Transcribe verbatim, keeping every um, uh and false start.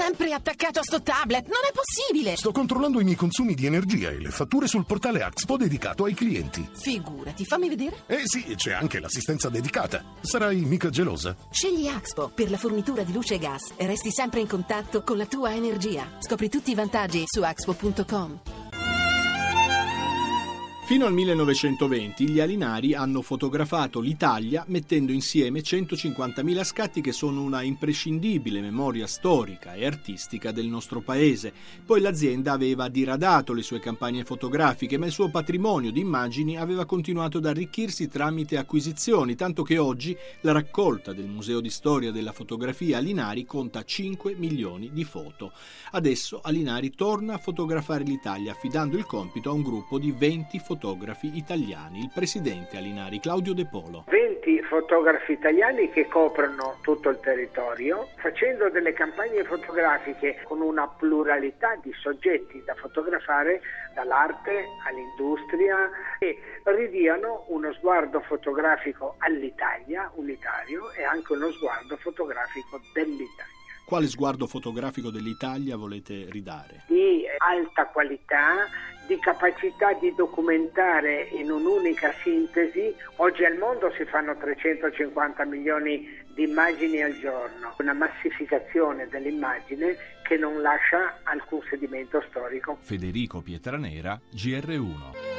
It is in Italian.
sempre attaccato a sto tablet, non è possibile! Sto controllando i miei consumi di energia e le fatture sul portale Axpo dedicato ai clienti. Figurati, fammi vedere. Eh sì, c'è anche l'assistenza dedicata. Sarai mica gelosa? Scegli Axpo per la fornitura di luce e gas e resti sempre in contatto con la tua energia. Scopri tutti i vantaggi su axpo punto com. Fino al millenovecentoventi gli Alinari hanno fotografato l'Italia mettendo insieme centocinquantamila scatti che sono una imprescindibile memoria storica e artistica del nostro paese. Poi l'azienda aveva diradato le sue campagne fotografiche, ma il suo patrimonio di immagini aveva continuato ad arricchirsi tramite acquisizioni, tanto che oggi la raccolta del Museo di Storia della Fotografia Alinari conta cinque milioni di foto. Adesso Alinari torna a fotografare l'Italia affidando il compito a un gruppo di venti fotografi fotografi italiani. Il presidente Alinari, Claudio De Polo. venti fotografi italiani che coprono tutto il territorio, facendo delle campagne fotografiche con una pluralità di soggetti da fotografare, dall'arte all'industria, e ridiano uno sguardo fotografico all'Italia, unitario, e anche uno sguardo fotografico dell'Italia. Quale sguardo fotografico dell'Italia volete ridare? Di alta qualità, di capacità di documentare in un'unica sintesi. Oggi al mondo si fanno trecentocinquanta milioni di immagini al giorno, una massificazione dell'immagine che non lascia alcun sedimento storico. Federico Pietranera, G R uno.